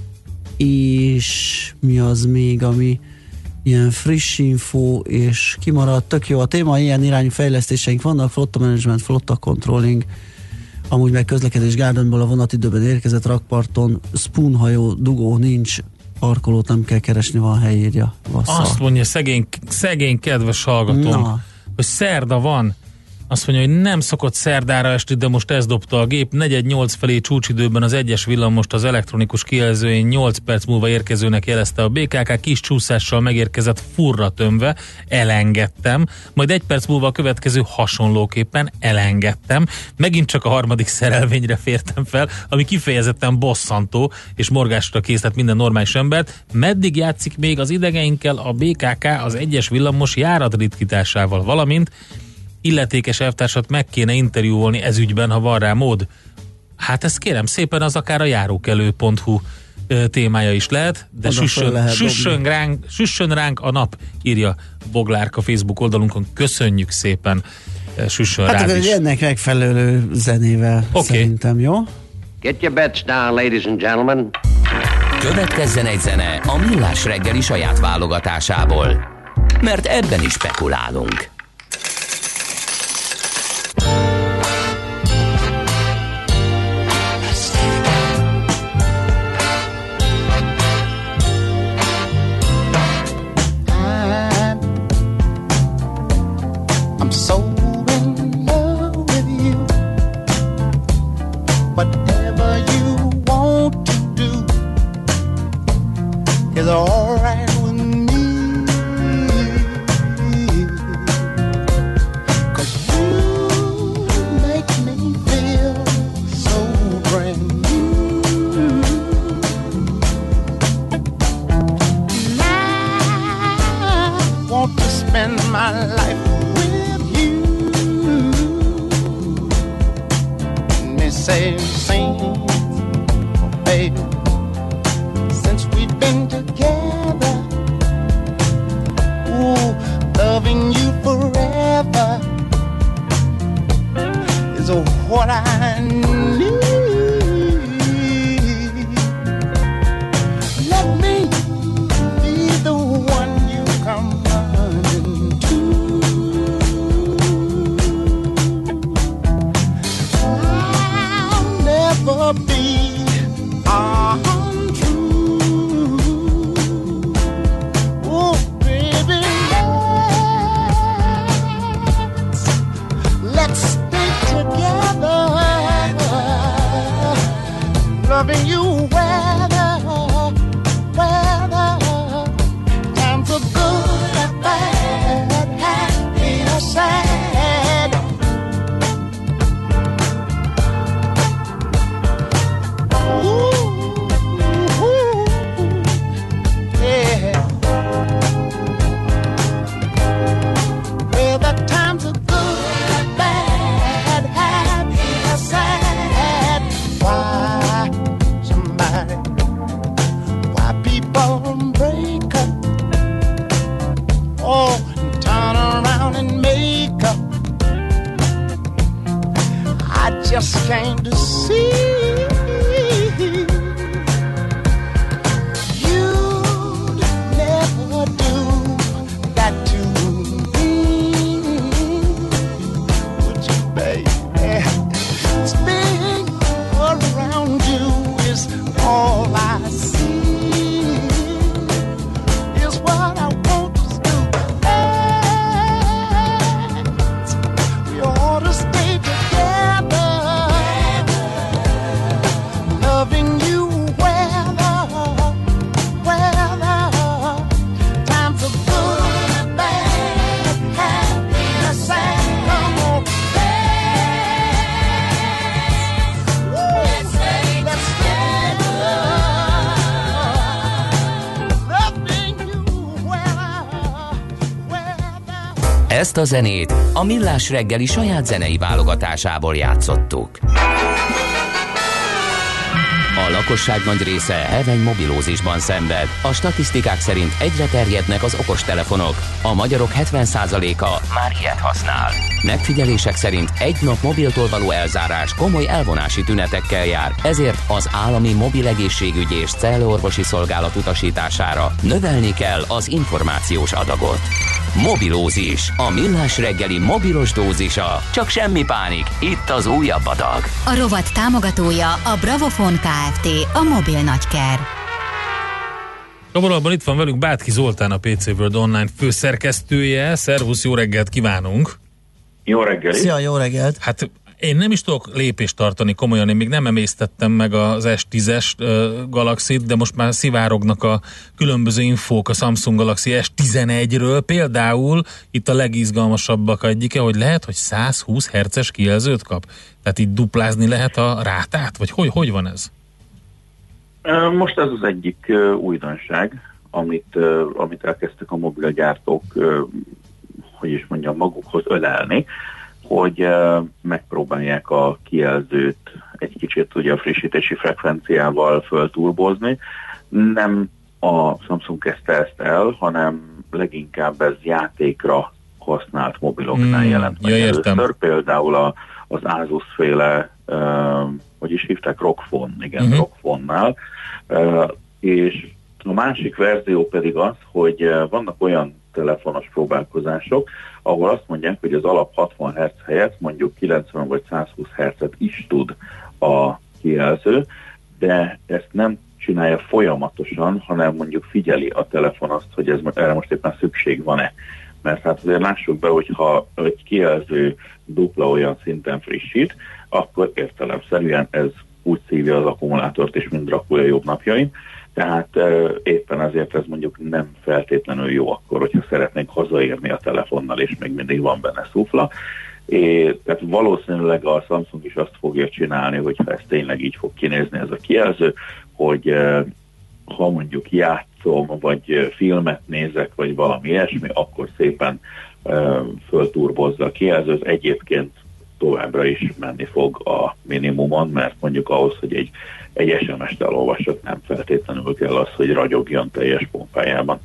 És mi az még, ami ilyen friss info és kimaradt, tök jó a téma, ilyen irányú fejlesztéseink vannak, flotta management, flotta controlling, amúgy meg közlekedés Gardenból a vonatidőben érkezett, rakparton spoonhajó, dugó nincs, parkolót nem kell keresni, van hely, írja Vasszal. Azt mondja szegény, szegény kedves hallgatóm, Na. hogy szerda van. Azt mondja, hogy nem szokott szerdára esti, de most ez dobta a gép. negyed nyolc felé csúcsidőben az egyes villamost az elektronikus kijelzőjén nyolc perc múlva érkezőnek jelezte a bé ká ká, kis csúszással megérkezett furra tömve, elengedtem, majd egy perc múlva a következő hasonlóképpen elengedtem. Megint csak a harmadik szerelvényre fértem fel, ami kifejezetten bosszantó, és morgásra készített minden normális embert. Meddig játszik még az idegeinkkel a bé ká ká az egyes villamos járatritkításával, valamint illetékes elvtársat meg kéne interjúvolni ez ügyben, ha van rá mód. Hát ezt kérem szépen, az akár a járókelő pont hú témája is lehet, de süssön, lehet süssön, ránk, süssön ránk a nap, írja Boglárka Facebook oldalunkon. Köszönjük szépen, süssön hát rád is. Hát ennek megfelelő zenével okay. Szerintem, jó? Get your bets down, ladies and gentlemen. Következzen egy zene a Millás reggeli saját válogatásából, mert ebben is spekulálunk. Let's stay together. came to see. You'd never do that to me, would you, baby? Spinning around you is all I see. Is what I want to do. We ought to stay together, loving you weather, weather. Times are good and bad, happiness and come on, let's stay together, loving you weather, weather. Ezt a zenét a Millás reggeli saját zenei válogatásából játszottuk. A lakosság nagy része heveny mobilózisban szenved. A statisztikák szerint egyre terjednek az okostelefonok. A magyarok hetven százaléka már ilyet használ. Megfigyelések szerint egy nap mobiltól való elzárás komoly elvonási tünetekkel jár, ezért az állami mobilegészségügyi és cellorvosi szolgálat utasítására növelni kell az információs adagot. Mobilózis, a Millás reggeli mobilos dózisa. Csak semmi pánik, itt az újabb adag. A rovat támogatója a Bravofon Kft. A mobil nagyker. A vonalban itt van velünk Bátki Zoltán, a pé cé World Online főszerkesztője. Szervusz, jó reggelt kívánunk! Jó reggelt! Szia, jó reggelt! Hát én nem is tudok lépést tartani komolyan, én még nem emésztettem meg az es tízes uh, Galaxy-t, de most már szivárognak a különböző infók a Samsung Galaxy es tizenegyről. Például itt a legizgalmasabbak egyike, hogy lehet, hogy száz húsz hertzes kijelzőt kap. Tehát így duplázni lehet a rátát? Vagy hogy, hogy van ez? Most ez az egyik uh, újdonság, amit, uh, amit elkezdtek a mobilgyártók, uh, hogy is mondjam, magukhoz ölelni, hogy uh, megpróbálják a kijelzőt egy kicsit ugye a frissítési frekvenciával fölturbozni. Nem a Samsung kezdte ezt el, hanem leginkább ez játékra használt mobiloknál mm, jelent meg ja, először. Például a, az Asus féle, uh, hogy is hívták, ROG Phone, igen, uh-huh. ROG Phone-nál. Uh, és a másik verzió pedig az, hogy uh, vannak olyan telefonos próbálkozások, ahol azt mondják, hogy az alap hatvan hertz helyett mondjuk kilencven vagy száz húsz hertzet is tud a kijelző, de ezt nem csinálja folyamatosan, hanem mondjuk figyeli a telefon azt, hogy ez, erre most éppen szükség van-e. Mert hát azért lássuk be, hogyha egy kijelző dupla olyan szinten frissít, akkor értelemszerűen ez úgy szívja az akkumulátort és mind rakulja jobb napjain. Tehát e, éppen ezért ez mondjuk nem feltétlenül jó akkor, hogyha szeretnénk hazaérni a telefonnal, és még mindig van benne szufla. É, tehát valószínűleg a Samsung is azt fogja csinálni, hogyha ez tényleg így fog kinézni ez a kijelző, hogy e, ha mondjuk játszom, vagy filmet nézek, vagy valami ilyesmi, akkor szépen e, fölturbozza a kijelzőt. Egyébként továbbra is menni fog a minimumon, mert mondjuk ahhoz, hogy egy, egy es em est elolvassak, nem feltétlenül kell az, hogy ragyogjon teljes pompájában.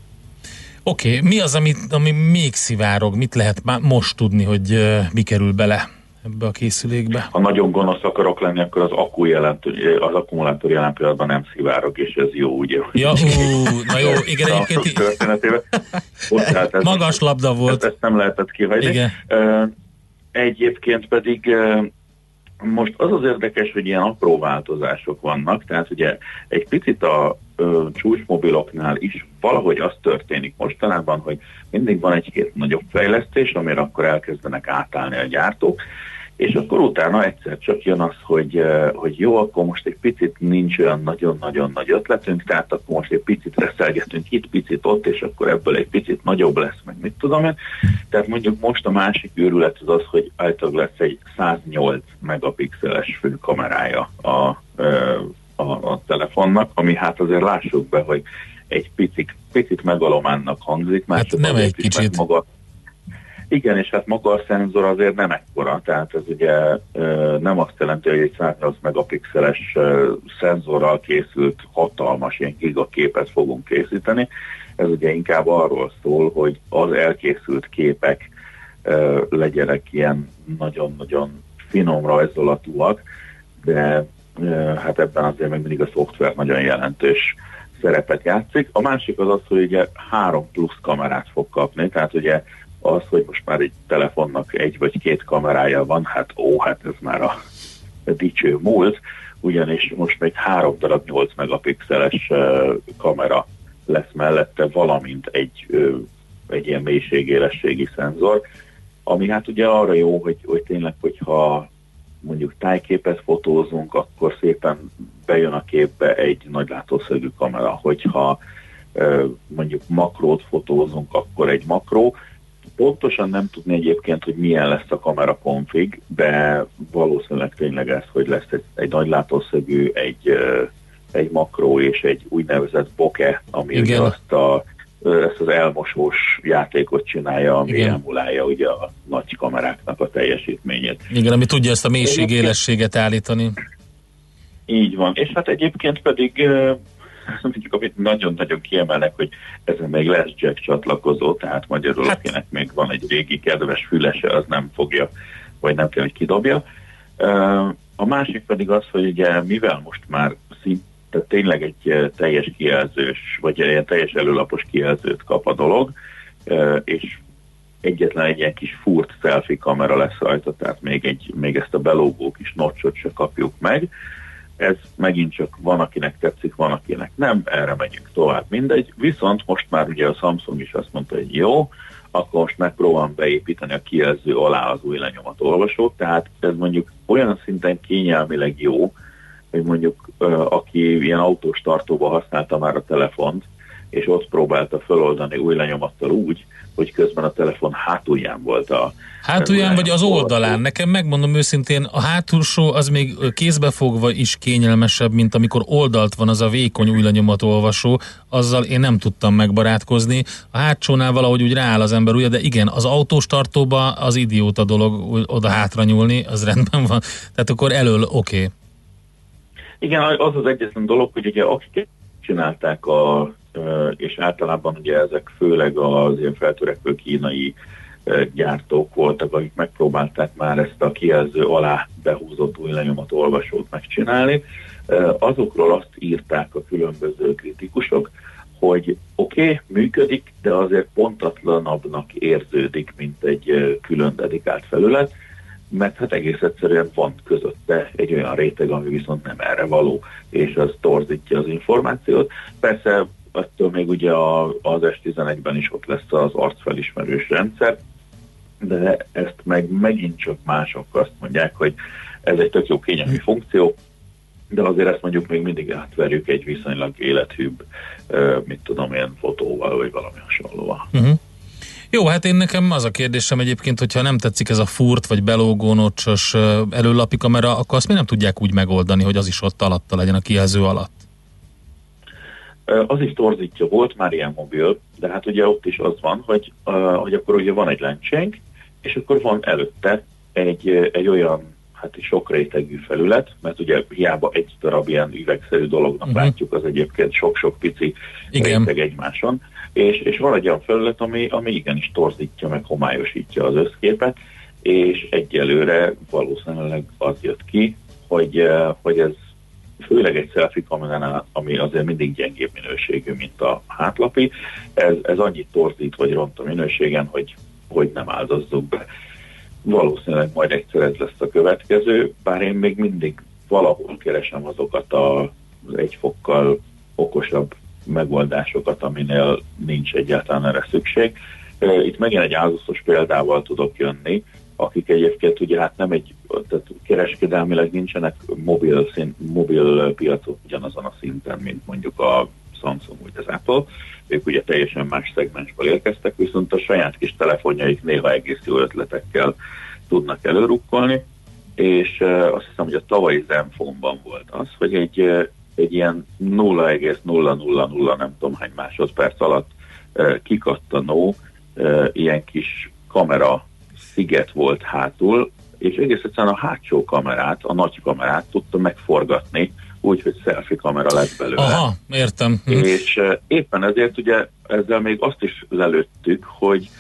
Oké, okay. Mi az, ami, ami még szivárog? Mit lehet már most tudni, hogy uh, mi kerül bele ebbe a készülékbe? Ha nagyon gonosz akarok lenni, akkor az, akku jelentő, az akkumulátor jelen pillanatban nem szivárog, és ez jó, ugye? Ja, ú, na jó, igen, egyébként... Történetében. Ez magas labda volt. Ezt nem lehetett kihagyni. Igen. Uh, Egyébként pedig most az az érdekes, hogy ilyen apró változások vannak, tehát ugye egy picit a ö, csúcsmobiloknál is valahogy az történik mostanában, hogy mindig van egy-két nagyobb fejlesztés, amire akkor elkezdenek átállni a gyártók, és akkor utána egyszer csak jön az, hogy, hogy jó, akkor most egy picit nincs olyan nagyon-nagyon nagy ötletünk, tehát akkor most egy picit reszelgetünk itt, picit ott, és akkor ebből egy picit nagyobb lesz, meg mit tudom én. Tehát mondjuk most a másik őrület az az, hogy általában lesz egy száznyolc megapixeles főkamerája a, a, a telefonnak, ami hát azért lássuk be, hogy egy picit, picit megalománnak hangzik. Hát nem egy kicsit. Maga, igen, és hát maga a szenzor azért nem ekkora, tehát ez ugye nem azt jelenti, hogy egy száznyolc megapixeles szenzorral készült hatalmas ilyen gigaképet fogunk készíteni. Ez ugye inkább arról szól, hogy az elkészült képek legyenek ilyen nagyon-nagyon finom rajzolatúak, de hát ebben azért még mindig a szoftver nagyon jelentős szerepet játszik. A másik az az, hogy ugye három plusz kamerát fog kapni, tehát ugye az, hogy most már egy telefonnak egy vagy két kamerája van, hát ó, hát ez már a dicső múlt, ugyanis most még három darab nyolc megapixeles kamera lesz mellette, valamint egy, egy ilyen mélységélességi szenzor, ami hát ugye arra jó, hogy, hogy tényleg, hogyha mondjuk tájképet fotózunk, akkor szépen bejön a képbe egy nagy látószögű kamera, hogyha mondjuk makrót fotózunk, akkor egy makró. Pontosan nem tudni egyébként, hogy milyen lesz a kamera konfig, de valószínűleg tényleg ez, hogy lesz egy, egy nagy látószögű, egy, egy makró és egy úgynevezett bokeh, ami ugye azt, a, ezt az elmosós játékot csinálja, ami igen. emulálja ugye a nagy kameráknak a teljesítményét. Igen, ami tudja ezt a mélységélességet állítani. Így van, és hát egyébként pedig mondjuk, amit nagyon-nagyon kiemelnek, hogy ezen még lesz jack csatlakozó, tehát magyarul hát. Akinek még van egy régi kedves fülese, az nem fogja, vagy nem kell, hogy kidobja. A másik pedig az, hogy ugye mivel most már szinte tényleg egy teljes kijelzős, vagy egy teljes előlapos kijelzőt kap a dolog, és egyetlen egy ilyen kis furt selfie kamera lesz rajta, tehát még, egy, még ezt a belógó kis notchot se kapjuk meg. Ez megint csak van, akinek tetszik, van, akinek nem, erre megyünk tovább, mindegy. Viszont most már ugye a Samsung is azt mondta, hogy jó, akkor most megpróbálom beépíteni a kijelző alá az új lenyomatolvasót, tehát ez mondjuk olyan szinten kényelmileg jó, hogy mondjuk uh, aki ilyen autós tartóba használta már a telefont, és ott próbálta feloldani új lenyomattal úgy, hogy közben a telefon hátulján volt a... Hátulján vagy az oldalán. Nekem megmondom őszintén, a hátulsó az még kézbefogva is kényelmesebb, mint amikor oldalt van az a vékony új lenyomatolvasó, azzal én nem tudtam megbarátkozni. A hátsónál valahogy úgy rááll az ember ujja, de igen, az autós tartóba az idióta dolog oda hátra nyúlni, az rendben van. Tehát akkor elől oké. Okay. Igen, az az egyetlen dolog, hogy ugye akik csinálták a és általában ugye ezek főleg az ilyen feltörekvő kínai gyártók voltak, akik megpróbálták már ezt a kijelző alá behúzott új lenyomatolvasót megcsinálni. Azokról azt írták a különböző kritikusok, hogy oké, okay, működik, de azért pontatlanabbnak érződik, mint egy külön dedikált felület, mert hát egész egyszerűen van közötte egy olyan réteg, ami viszont nem erre való, és az torzítja az információt. Persze ettől még ugye az es tizenegyben is ott lesz az arcfelismerős rendszer, de ezt meg megint csak mások azt mondják, hogy ez egy tök jó kényelmi funkció, de azért ezt mondjuk még mindig átverjük egy viszonylag élethűbb, mit tudom én, fotóval, vagy valami hasonlóval. Uh-huh. Jó, hát én nekem az a kérdésem egyébként, hogyha nem tetszik ez a furt, vagy belógó notchos előlapi kamera, akkor azt mi nem tudják úgy megoldani, hogy az is ott alatta legyen a kijelző alatt? Az is torzítja, volt már ilyen mobil, de hát ugye ott is az van, hogy, hogy akkor ugye van egy lencsénk, és akkor van előtte egy, egy olyan hát sok rétegű felület, mert ugye hiába egy darab ilyen üvegszerű dolognak uh-huh. látjuk, az egyébként sok-sok pici Igen. réteg egymáson, és, és van egy olyan felület, ami, ami igenis torzítja, meg homályosítja az összképet, és egyelőre valószínűleg az jött ki, hogy, hogy ez főleg egy selfie kameránál, ami azért mindig gyengébb minőségű, mint a hátlapi, ez, ez annyit torzít vagy ront a minőségen, hogy, hogy nem áldozzuk be. Valószínűleg majd egyszer ez lesz a következő, bár én még mindig valahol keresem azokat az egy fokkal okosabb megoldásokat, aminél nincs egyáltalán erre szükség. Itt megint egy Asusos példával tudok jönni, akik egyébként ugye hát nem egy, tehát kereskedelmileg nincsenek mobil, szín, mobil piacok ugyanazon a szinten, mint mondjuk a Samsung vagy az Apple. Ők ugye teljesen más szegmensből érkeztek, viszont a saját kis telefonjaik néha egész jó ötletekkel tudnak előrukkolni, és uh, azt hiszem, hogy a tavalyi Zenfone-ban volt az, hogy egy, uh, egy ilyen nulla egész nulla nulla nulla nem tudom hány másodperc alatt uh, kikattanó uh, ilyen kis kamera sziget volt hátul, és egész egyszerűen a hátsó kamerát, a nagy kamerát tudta megforgatni, úgy, hogy selfie kamera lett belőle. Aha, értem. És uh, éppen ezért ugye ezzel még azt is lelőttük, hogy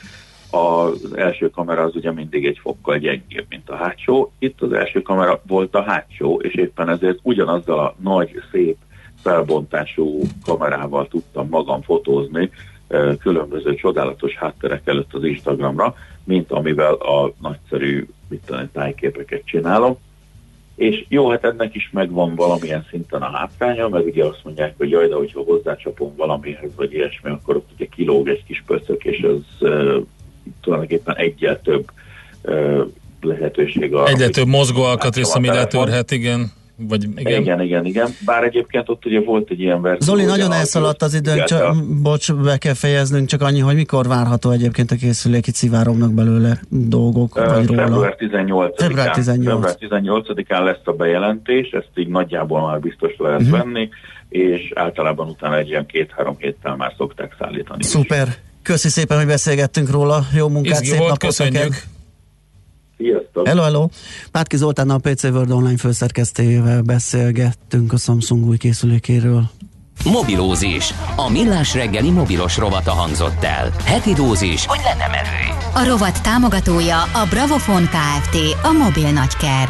az első kamera az ugye mindig egy fokkal gyengébb, mint a hátsó. Itt az első kamera volt a hátsó, és éppen ezért ugyanazzal a nagy, szép felbontású kamerával tudtam magam fotózni különböző csodálatos hátterek előtt az Instagramra, mint amivel a nagyszerű mit tudom, tájképeket csinálom. És jó, hát ennek is megvan valamilyen szinten a hátránya, mert ugye azt mondják, hogy jaj, de hogyha hozzácsapom valamihez, vagy ilyesmi, akkor ott ugye kilóg egy kis pöcök, és az uh, tulajdonképpen egyel több uh, lehetőség. Egyre több mozgóalkatrész, ami letörhet, igen. Vagy igen. igen, igen, igen. Bár egyébként ott ugye volt egy ilyen verzió. Zoli, nagyon elszaladt az időnk, csak, bocs, be kell fejeznünk, csak annyi, hogy mikor várható egyébként a készülék, itt szivárognak belőle dolgok, uh, vagy róla. február tizennyolcadikán, február tizennyolcadikán. február tizennyolcadikán lesz a bejelentés, ezt így nagyjából már biztos lehet uh-huh. venni, és általában utána egy ilyen két-három héttel már szokták szállítani. Szuper. Köszi szépen, hogy beszélgettünk róla. Jó munkát, Izgi szép volt, napot köszönjük. Sziasztok! Hello, hello! Pátki Zoltánnal, a pé cé World Online főszerkesztőjével beszélgettünk a Samsung új készülékéről. Mobilózis. A millás reggeli mobilos rovata hangzott el. Heti dózis, hogy lenne merő. A rovat támogatója a Bravofon Kft. A mobil nagyker.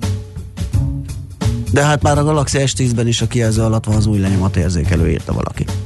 De hát már a Galaxy es tízben is a kijelző alatt van az új lenyomatérzékelő, írta valaki.